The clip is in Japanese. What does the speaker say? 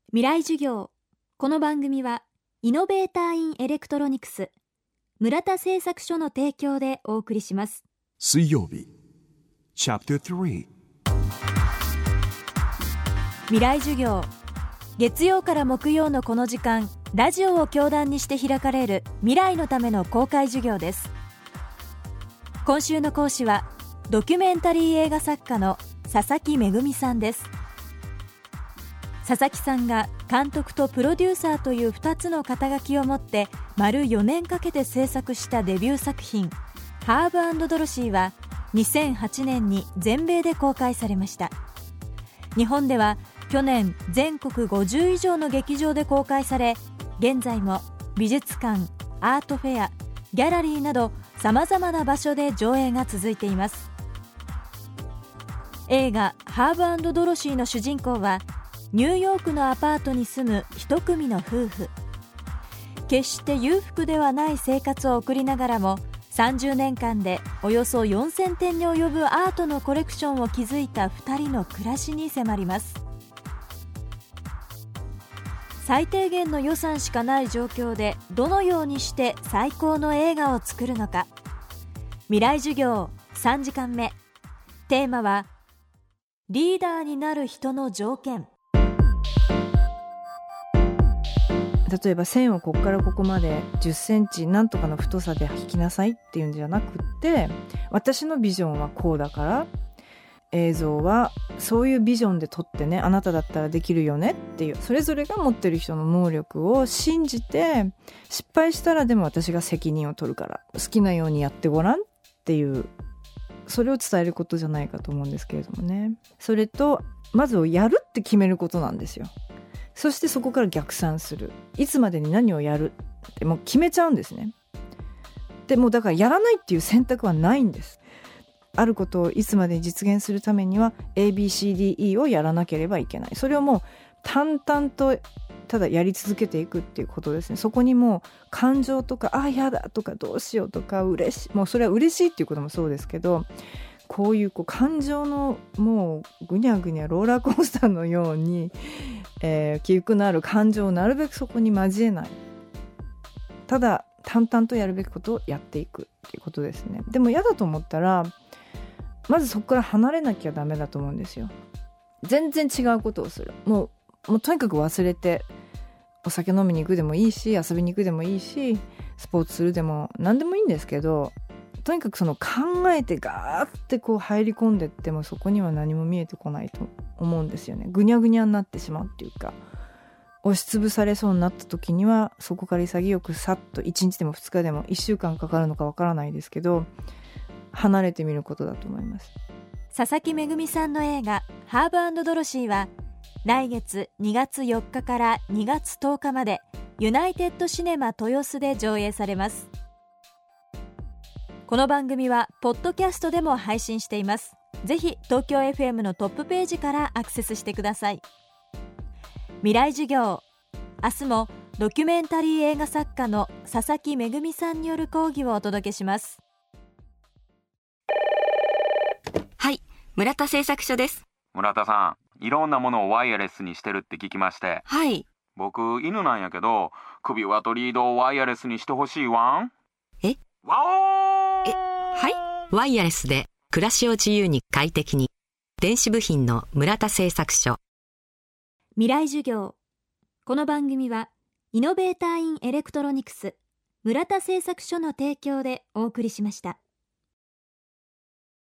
未来授業。この番組はイノベーターインエレクトロニクス村田製作所の提供でお送りします。 水曜日チャプター3 未来授業。月曜から木曜のこの時間、ラジオを教壇にして開かれる未来のための公開授業です。今週の講師はドキュメンタリー映画作家の佐々木めぐみさんです。佐々木さんが監督とプロデューサーという2つの肩書きを持って丸4年かけて制作したデビュー作品ハーブ&ドロシーは2008年に全米で公開されました。日本では去年全国50以上の劇場で公開され、現在も美術館、アートフェア、ギャラリーなどさまざまな場所で上映が続いています。映画ハーブ&ドロシーの主人公はニューヨークのアパートに住む一組の夫婦。決して裕福ではない生活を送りながらも30年間でおよそ4000点に及ぶアートのコレクションを築いた2人の暮らしに迫ります。最低限の予算しかない状況でどのようにして最高の映画を作るのか。未来授業3時間目。テーマはリーダーになる人の条件。 例えば線をここからここまで10センチなんとかの太さで引きなさいっていうんじゃなくって、私のビジョンはこうだから映像はそういうビジョンで撮ってね、あなただったらできるよねっていう、それぞれが持ってる人の能力を信じて、失敗したらでも私が責任を取るから好きなようにやってごらんっていう、それを伝えることじゃないかと思うんですけれどもね。それとまずやるって決めることなんですよ。そしてそこから逆算する。いつまでに何をやるってもう決めちゃうんですね。でもだからやらないっていう選択はないんです。あることをいつまでに実現するためには ABCDE をやらなければいけない。それをもう淡々とただやり続けていくっていうことですね。そこにもう感情とかやだとかどうしようとか嬉しい、もうそれは嬉しいっていうこともそうですけど、こういう感情のもうぐにゃぐにゃローラーコースターのように、起伏のある感情をなるべくそこに交えない。ただ淡々とやるべきことをやっていくっていうことですね。でも嫌だと思ったらまずそこから離れなきゃダメだと思うんですよ。全然違うことをする。もうとにかく忘れて、お酒飲みに行くでもいいし、遊びに行くでもいいし、スポーツするでも何でもいいんですけど、とにかくその考えてガーって入り込んでってもそこには何も見えてこないと思うんですよね。ぐにゃぐにゃになってしまうっていうか、押しつぶされそうになった時にはそこから潔くさっと1日でも2日でも1週間かかるのかわからないですけど、離れてみることだと思います。 佐々木めぐみさんの映画ハーブ&ドロシーは来月2月4日から2月10日までユナイテッドシネマ豊洲で上映されます。この番組はポッドキャストでも配信しています。ぜひ東京 FM のトップページからアクセスしてください。未来授業。明日もドキュメンタリー映画作家の佐々木めぐみさんによる講義をお届けします。 はい、村田製作所です。 村田さん、いろんなものをワイヤレスにしてるって聞きまして。 はい。 僕犬なんやけど、首輪とリードをワイヤレスにしてほしいわん。ワオー。 はい、ワイヤレスで暮らしを自由に快適に。電子部品の村田製作所。 未来授業。この番組はイノベーターインエレクトロニクス村田製作所の提供でお送りしました。